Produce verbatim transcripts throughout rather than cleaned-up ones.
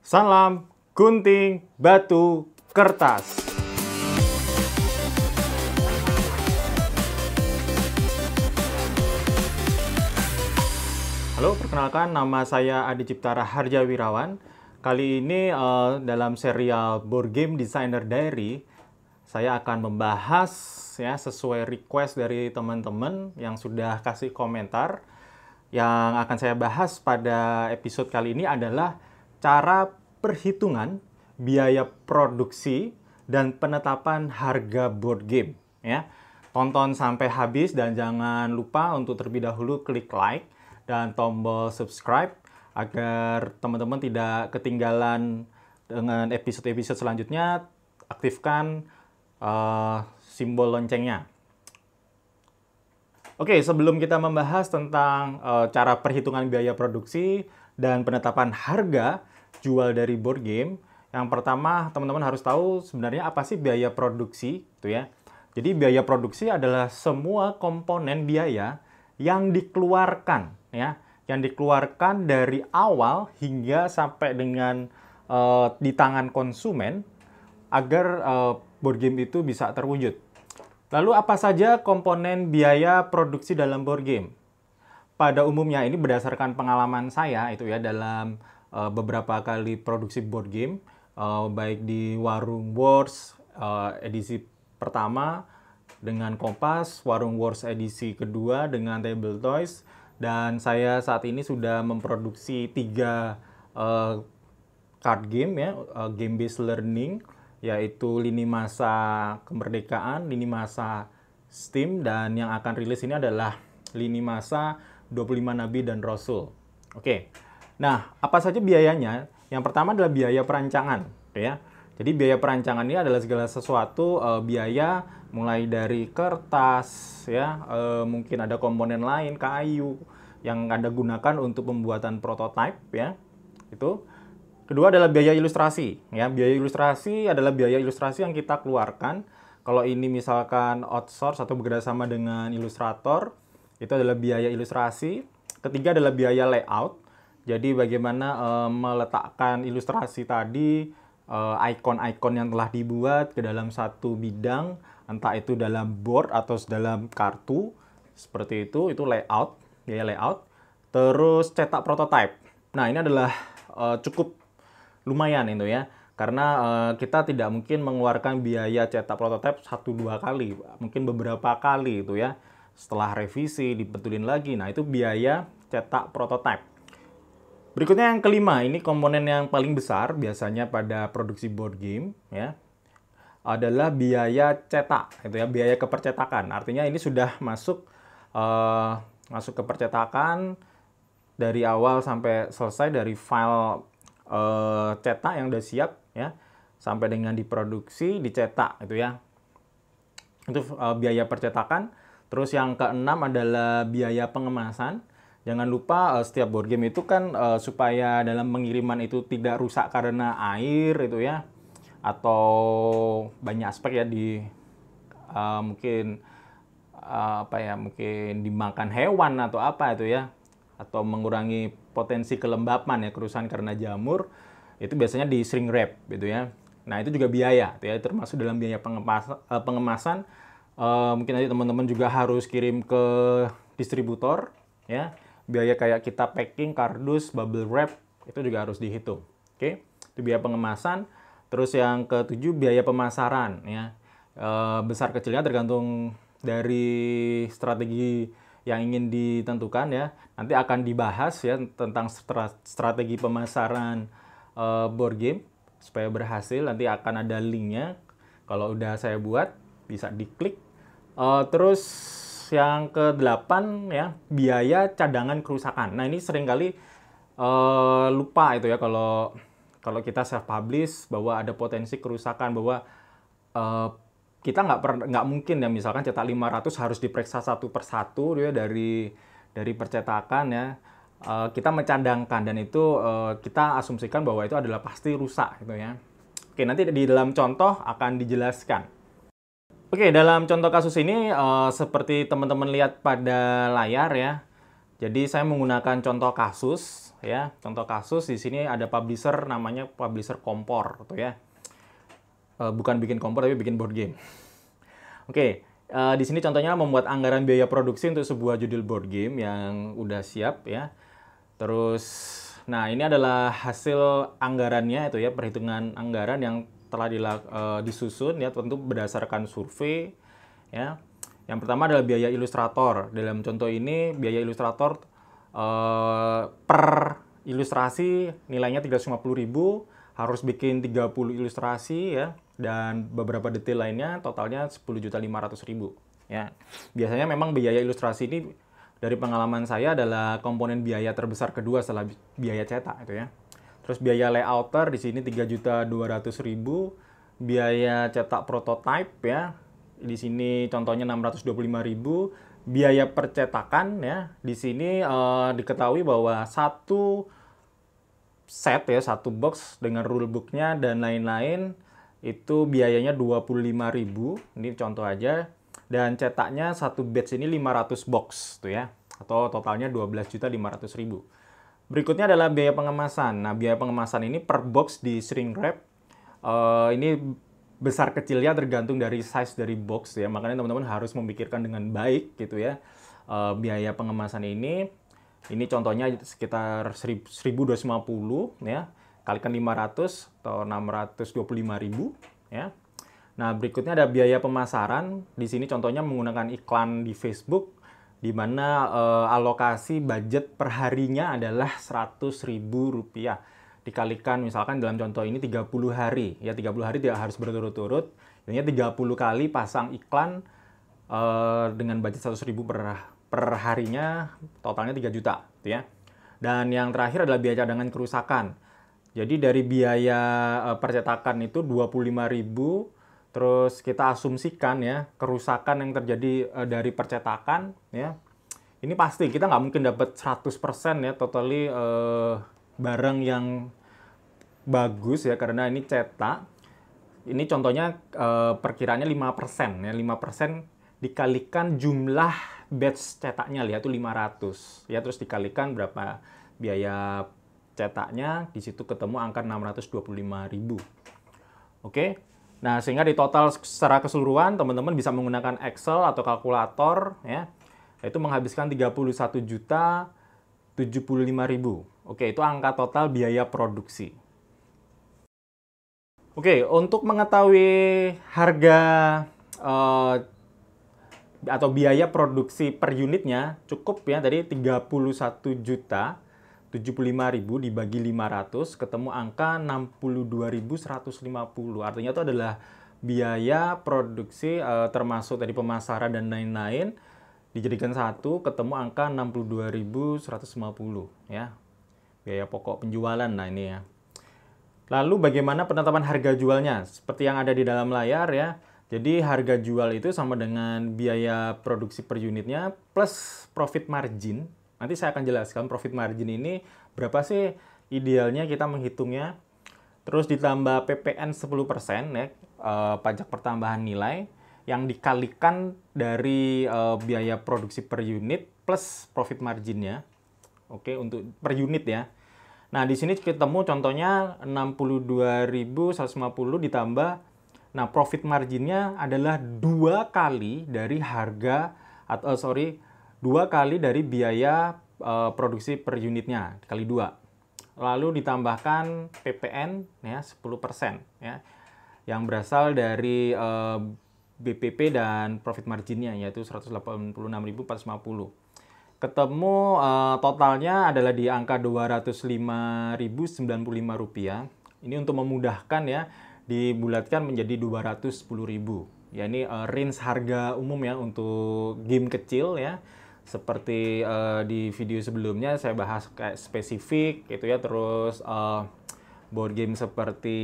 Salam gunting batu kertas. Halo, perkenalkan nama saya Adi Ciptara Harjawirawan. Kali ini uh, dalam serial Board Game Designer Diary, saya akan membahas ya sesuai request dari teman-teman yang sudah kasih komentar. Yang akan saya bahas pada episode kali ini adalah cara perhitungan biaya produksi dan penetapan harga board game. Ya, tonton sampai habis dan jangan lupa untuk terlebih dahulu klik like dan tombol subscribe agar teman-teman tidak ketinggalan dengan episode-episode selanjutnya. Aktifkan uh, simbol loncengnya. Oke, sebelum kita membahas tentang uh, cara perhitungan biaya produksi dan penetapan harga jual dari board game, yang pertama teman-teman harus tahu sebenarnya apa sih biaya produksi, gitu ya. Jadi biaya produksi adalah semua komponen biaya yang dikeluarkan, ya, yang dikeluarkan dari awal hingga sampai dengan uh, di tangan konsumen agar uh, board game itu bisa terwujud. Lalu apa saja komponen biaya produksi dalam board game? Pada umumnya ini berdasarkan pengalaman saya itu ya dalam uh, beberapa kali produksi board game, uh, baik di Warung Wars uh, edisi pertama dengan Kompas, Warung Wars edisi kedua dengan Table Toys, dan saya saat ini sudah memproduksi tiga uh, card game ya, uh, game based learning, yaitu Lini Masa Kemerdekaan, Lini Masa Steam, dan yang akan rilis ini adalah Lini Masa dua puluh lima Nabi dan Rasul. Oke, nah apa saja biayanya? Yang pertama adalah biaya perancangan, ya. Jadi biaya perancangan ini adalah segala sesuatu uh, biaya mulai dari kertas, ya, uh, mungkin ada komponen lain kayu yang Anda gunakan untuk pembuatan prototipe, ya, itu. Kedua adalah biaya ilustrasi, ya. Biaya ilustrasi adalah biaya ilustrasi yang kita keluarkan. Kalau ini misalkan outsource atau bekerjasama dengan ilustrator, itu adalah biaya ilustrasi. Ketiga adalah biaya layout. Jadi bagaimana uh, meletakkan ilustrasi tadi, uh, ikon-ikon yang telah dibuat ke dalam satu bidang, entah itu dalam board atau dalam kartu, seperti itu, itu layout, biaya layout. Terus cetak prototype. Nah, ini adalah uh, cukup lumayan itu ya, karena uh, kita tidak mungkin mengeluarkan biaya cetak prototipe satu dua kali, mungkin beberapa kali itu ya. Setelah revisi, dibetulin lagi. Nah, itu biaya cetak prototipe. Berikutnya yang kelima, ini komponen yang paling besar biasanya pada produksi board game ya, adalah biaya cetak, itu ya, biaya kepercetakan. Artinya ini sudah masuk uh, masuk ke percetakan dari awal sampai selesai, dari file uh, cetak yang udah siap ya, sampai dengan diproduksi, dicetak itu ya. Itu uh, biaya percetakan. Terus yang keenam adalah biaya pengemasan. Jangan lupa uh, setiap board game itu kan uh, supaya dalam pengiriman itu tidak rusak karena air itu ya, atau banyak aspek ya, di uh, mungkin uh, apa ya, mungkin dimakan hewan atau apa itu ya, atau mengurangi potensi kelembapan ya, kerusakan karena jamur, itu biasanya di shrink wrap gitu ya. Nah, itu juga biaya ya, termasuk dalam biaya pengemasan, uh, pengemasan. Uh, mungkin nanti teman-teman juga harus kirim ke distributor ya. Biaya kayak kita packing, kardus, bubble wrap, itu juga harus dihitung. Oke, itu biaya pengemasan. Terus yang ketujuh biaya pemasaran ya. Uh, besar kecilnya tergantung dari strategi yang ingin ditentukan ya. Nanti akan dibahas ya tentang strategi pemasaran uh, board game supaya berhasil. Nanti akan ada linknya. Kalau udah saya buat, bisa diklik. Uh, terus yang kedelapan ya, biaya cadangan kerusakan. Nah, ini seringkali uh, lupa itu ya, kalau kalau kita self publish bahwa ada potensi kerusakan, bahwa uh, kita nggak per, nggak mungkin ya, misalkan cetak lima ratus harus diperiksa satu persatu ya, dari dari percetakan ya. Uh, kita mencadangkan, dan itu uh, kita asumsikan bahwa itu adalah pasti rusak gitu ya. Oke, nanti di dalam contoh akan dijelaskan. Oke, dalam contoh kasus ini uh, seperti teman-teman lihat pada layar ya, Jadi saya menggunakan contoh kasus ya. Contoh kasus di sini ada publisher namanya publisher kompor gitu ya. E, bukan bikin kompor tapi bikin board game. Oke, e, di sini contohnya membuat anggaran biaya produksi untuk sebuah judul board game yang udah siap ya. Terus nah ini adalah hasil anggarannya itu ya, perhitungan anggaran yang telah dilak, e, disusun ya, tentu berdasarkan survei ya. Yang pertama adalah biaya ilustrator. Dalam contoh ini biaya ilustrator eh, per ilustrasi nilainya tiga ratus lima puluh ribu, harus bikin tiga puluh ilustrasi ya, dan beberapa detail lainnya totalnya sepuluh juta lima ratus ribu ya. Biasanya memang biaya ilustrasi ini dari pengalaman saya adalah komponen biaya terbesar kedua setelah biaya cetak itu ya. Terus biaya layouter di sini tiga juta dua ratus ribu, biaya cetak prototype ya. Di sini contohnya enam ratus dua puluh lima ribu, biaya percetakan ya. Di sini eh, diketahui bahwa satu set ya, satu box dengan rulebooknya dan lain-lain itu biayanya dua puluh lima ribu. Ini contoh aja. Dan cetaknya satu batch ini lima ratus box tuh ya. Atau totalnya dua belas juta lima ratus ribu. Berikutnya adalah biaya pengemasan. Nah, biaya pengemasan ini per box di shrink wrap. Uh, ini besar kecilnya tergantung dari size dari box ya, makanya teman-teman harus memikirkan dengan baik gitu ya. E, biaya pengemasan ini, ini contohnya sekitar seribu dua ratus lima puluh ya, kalikan lima ratus atau enam ratus dua puluh lima ribu ya. Nah, berikutnya ada biaya pemasaran. Di sini contohnya menggunakan iklan di Facebook, di mana e, alokasi budget per harinya adalah seratus ribu rupiah. Dikalikan misalkan dalam contoh ini tiga puluh hari ya, tiga puluh hari tidak harus berturut-turut, intinya tiga puluh kali pasang iklan uh, dengan budget seratus ribu per, per harinya, totalnya tiga juta gitu ya. Dan yang terakhir adalah biaya cadangan kerusakan. Jadi dari biaya uh, percetakan itu dua puluh lima ribu, terus kita asumsikan ya kerusakan yang terjadi uh, dari percetakan ya. Ini pasti kita nggak mungkin dapat seratus persen ya totally uh, barang yang bagus ya, karena ini cetak. Ini contohnya eh, perkiraannya lima persen ya, lima persen dikalikan jumlah batch cetaknya, lihat tuh lima ratus ya, terus dikalikan berapa biaya cetaknya, di situ ketemu angka enam ratus dua puluh lima ribu. Oke. Nah, sehingga di total secara keseluruhan teman-teman bisa menggunakan Excel atau kalkulator ya. Itu menghabiskan tiga puluh satu juta tujuh puluh lima ribu. Oke, itu angka total biaya produksi. Oke, untuk mengetahui harga uh, atau biaya produksi per unitnya, cukup ya tadi tiga puluh satu juta tujuh puluh lima ribu dibagi lima ratus, ketemu angka enam puluh dua ribu seratus lima puluh. Artinya itu adalah biaya produksi uh, termasuk tadi pemasaran dan lain-lain, dijadikan satu, ketemu angka enam puluh dua ribu seratus lima puluh ya. Biaya pokok penjualan, nah ini ya. Lalu bagaimana penetapan harga jualnya? Seperti yang ada di dalam layar ya. Jadi harga jual itu sama dengan biaya produksi per unitnya plus profit margin. Nanti saya akan jelaskan profit margin ini berapa sih idealnya kita menghitungnya. Terus ditambah P P N sepuluh persen ya, eh, pajak pertambahan nilai, yang dikalikan dari uh, biaya produksi per unit plus profit marginnya. Oke, untuk per unit ya. Nah, di sini ketemu contohnya enam puluh dua ribu seratus lima puluh ditambah, nah profit marginnya adalah dua kali dari harga, atau sorry, dua kali dari biaya uh, produksi per unitnya, kali dua. Lalu ditambahkan P P N ya, sepuluh persen ya, yang berasal dari uh, B P P dan profit marginnya, yaitu seratus delapan puluh enam ribu empat ratus lima puluh. Ketemu uh, totalnya adalah di angka dua ratus lima ribu sembilan puluh lima rupiah. Ini untuk memudahkan ya, dibulatkan menjadi dua ratus sepuluh ribu. Ya, ini uh, range harga umum ya untuk game kecil ya. Seperti uh, di video sebelumnya saya bahas kayak spesifik gitu ya, terus uh, board game seperti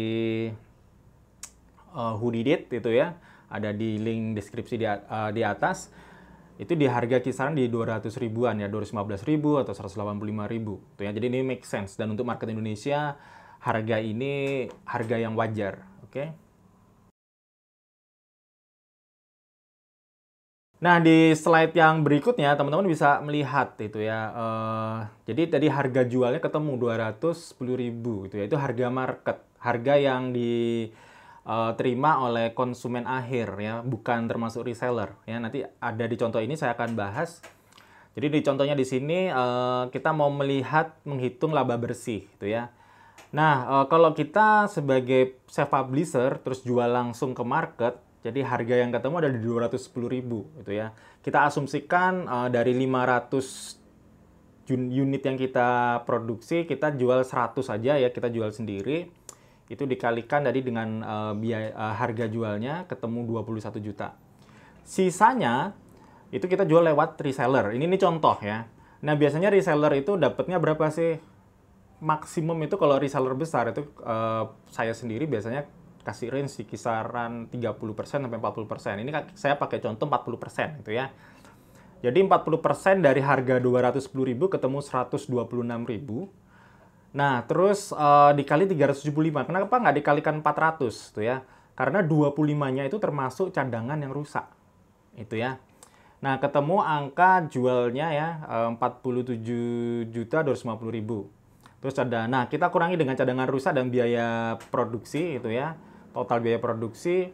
uh, Who Did It itu ya, ada di link deskripsi di, uh, di atas. Itu di harga kisaran di dua ratus ribuan ya, dua ratus lima belas ribu atau seratus delapan puluh lima ribu. Tuh ya, jadi ini make sense. Dan untuk market Indonesia, harga ini harga yang wajar. Oke. Okay? Nah, di slide yang berikutnya teman-teman bisa melihat itu ya. Eh, jadi tadi harga jualnya ketemu dua ratus sepuluh ribu itu ya. Itu harga market, harga yang diterima oleh konsumen akhir ya, bukan termasuk reseller ya. Nanti ada di contoh ini saya akan bahas. Jadi di contohnya di sini eh, kita mau melihat menghitung laba bersih gitu ya. Nah, eh, kalau kita sebagai self publisher terus jual langsung ke market, jadi harga yang ketemu ada di dua ratus sepuluh ribu gitu ya. Kita asumsikan uh, dari lima ratus unit yang kita produksi, kita jual seratus saja ya, kita jual sendiri. Itu dikalikan tadi dengan uh, biaya uh, harga jualnya ketemu dua puluh satu juta. Sisanya itu kita jual lewat reseller. Ini nih contoh ya. Nah, biasanya reseller itu dapatnya berapa sih? Maksimum itu kalau reseller besar itu uh, saya sendiri biasanya kasih range di kisaran tiga puluh persen sampai empat puluh persen. Ini saya pakai contoh empat puluh persen gitu ya. Jadi empat puluh persen dari harga dua ratus sepuluh ribu ketemu seratus dua puluh enam ribu. Nah, terus uh, dikali tiga ratus tujuh puluh lima. Kenapa nggak dikalikan empat ratus tuh ya? Karena dua puluh lima-nya itu termasuk cadangan yang rusak. Itu ya. Nah, ketemu angka jualnya ya empat puluh tujuh juta dua ratus lima puluh ribu. Terus ada, nah kita kurangi dengan cadangan rusak dan biaya produksi itu ya. Total biaya produksi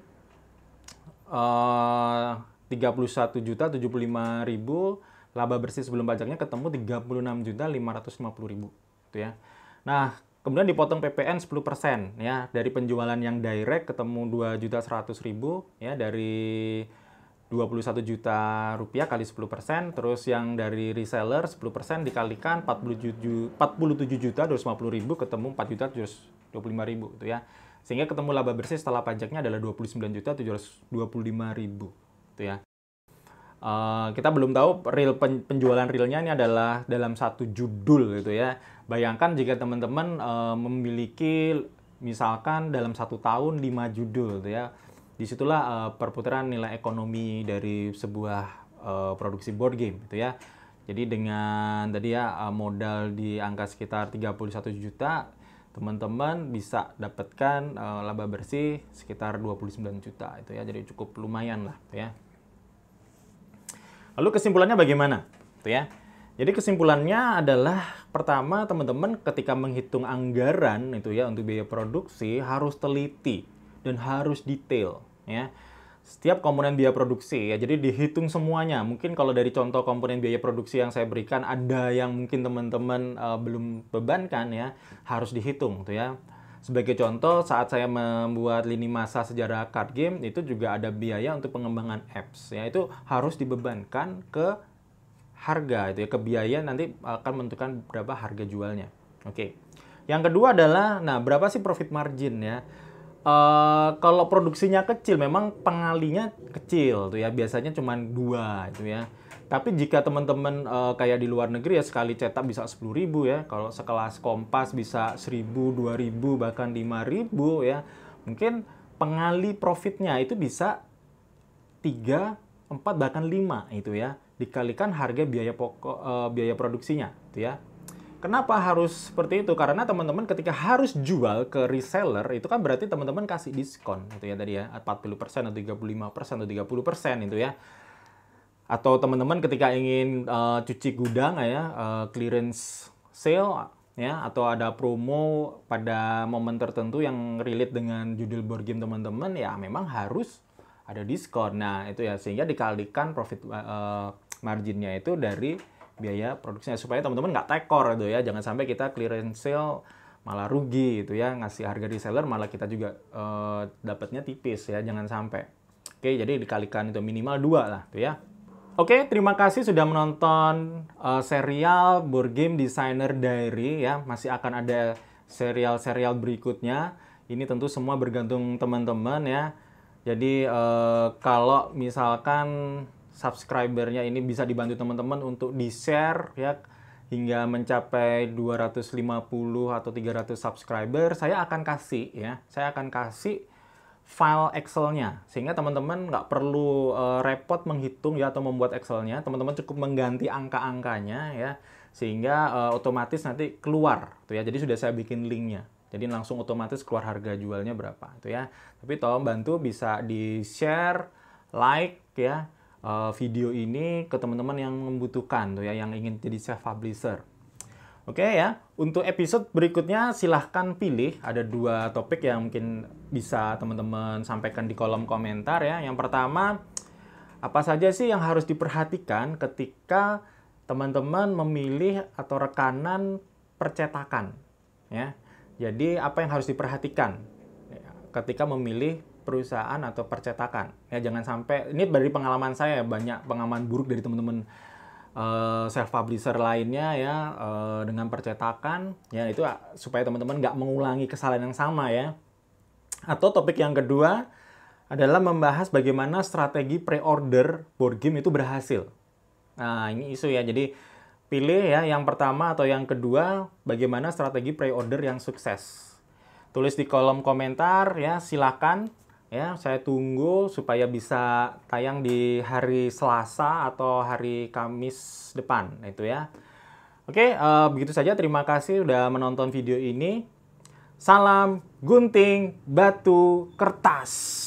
uh, tiga puluh satu juta tujuh puluh lima ribu, laba bersih sebelum pajaknya ketemu tiga puluh enam juta lima ratus lima puluh ribu gitu ya. Nah, kemudian dipotong P P N sepuluh persen ya, dari penjualan yang direct ketemu dua juta seratus ribu ya, dari dua puluh satu juta rupiah kali sepuluh persen, terus yang dari reseller sepuluh persen dikalikan empat puluh tujuh juta dua ratus lima puluh ribu ketemu empat juta tujuh ratus dua puluh lima ribu gitu ya. Sehingga ketemu laba bersih setelah pajaknya adalah dua puluh sembilan juta tujuh ratus dua puluh lima ribu gitu ya. Uh, kita belum tahu real pen penjualan realnya ini adalah dalam satu judul gitu ya. Bayangkan jika teman-teman uh, memiliki misalkan dalam satu tahun lima judul gitu ya. Disitulah uh, perputaran nilai ekonomi dari sebuah uh, produksi board game gitu ya. Jadi dengan tadi ya uh, modal di angka sekitar tiga puluh satu juta, teman-teman bisa dapatkan uh, laba bersih sekitar dua puluh sembilan juta itu ya. Jadi cukup lumayan lah gitu ya. Lalu kesimpulannya bagaimana? Gitu ya. Jadi kesimpulannya adalah pertama teman-teman ketika menghitung anggaran itu ya untuk biaya produksi harus teliti dan harus detail ya. Setiap komponen biaya produksi ya, jadi dihitung semuanya. Mungkin kalau dari contoh komponen biaya produksi yang saya berikan ada yang mungkin teman-teman uh, belum bebankan ya, harus dihitung tuh ya. Sebagai contoh, saat saya membuat lini masa sejarah card game, itu juga ada biaya untuk pengembangan apps. Ya, itu harus dibebankan ke harga, itu ya, ke biaya nanti akan menentukan berapa harga jualnya. Oke. Yang kedua adalah, nah berapa sih profit margin ya? Uh, kalau produksinya kecil, memang pengalinya kecil, tuh ya. Biasanya cuma dua, itu ya. Tapi jika teman-teman uh, kayak di luar negeri ya sekali cetak bisa sepuluh ribu ya. Kalau sekelas Kompas bisa seribu, dua ribu, bahkan lima ribu ya. Mungkin pengali profitnya itu bisa tiga, empat, bahkan lima itu ya. Dikalikan harga biaya pokok uh, biaya produksinya itu ya. Kenapa harus seperti itu? Karena teman-teman ketika harus jual ke reseller itu kan berarti teman-teman kasih diskon itu ya tadi ya empat puluh persen atau tiga puluh lima persen atau tiga puluh persen itu ya. Atau teman-teman ketika ingin uh, cuci gudang ya, uh, clearance sale ya, atau ada promo pada momen tertentu yang relate dengan judul board game teman-teman ya, memang harus ada diskon. Nah itu ya, sehingga dikalikan profit uh, marginnya itu dari biaya produksinya supaya teman-teman nggak tekor itu ya, jangan sampai kita clearance sale malah rugi itu ya, ngasih harga reseller malah kita juga uh, dapatnya tipis ya, jangan sampai. Oke, jadi dikalikan itu minimal dua lah tuh ya. Oke, terima kasih sudah menonton uh, serial Board Game Designer Diary ya. Masih akan ada serial-serial berikutnya. Ini tentu semua bergantung teman-teman ya. Jadi uh, kalau misalkan subscribernya ini bisa dibantu teman-teman untuk di-share ya hingga mencapai dua ratus lima puluh atau tiga ratus subscriber, saya akan kasih ya. Saya akan kasih file Excel-nya, sehingga teman-teman nggak perlu uh, repot menghitung ya atau membuat Excel-nya, teman-teman cukup mengganti angka-angkanya ya, sehingga uh, otomatis nanti keluar tuh ya. Jadi sudah saya bikin linknya, jadi langsung otomatis keluar harga jualnya berapa tuh ya. Tapi tolong bantu bisa di share, like ya, uh, video ini ke teman-teman yang membutuhkan tuh ya, yang ingin jadi self publisher. Oke ya, untuk episode berikutnya silahkan pilih, ada dua topik yang mungkin bisa teman-teman sampaikan di kolom komentar ya. Yang pertama, apa saja sih yang harus diperhatikan ketika teman-teman memilih atau rekanan percetakan ya. Jadi apa yang harus diperhatikan ya, ketika memilih perusahaan atau percetakan ya, jangan sampai, ini dari pengalaman saya, banyak pengalaman buruk dari teman-teman Uh, self publisher lainnya ya, uh, dengan percetakan ya, itu supaya teman-teman nggak mengulangi kesalahan yang sama ya. Atau topik yang kedua adalah membahas bagaimana strategi pre-order board game itu berhasil. Nah ini isu ya, jadi pilih ya yang pertama atau yang kedua, bagaimana strategi pre-order yang sukses. Tulis di kolom komentar ya, silakan. Ya, saya tunggu supaya bisa tayang di hari Selasa atau hari Kamis depan, itu ya. Oke, uh, begitu saja. Terima kasih sudah menonton video ini. Salam gunting batu kertas.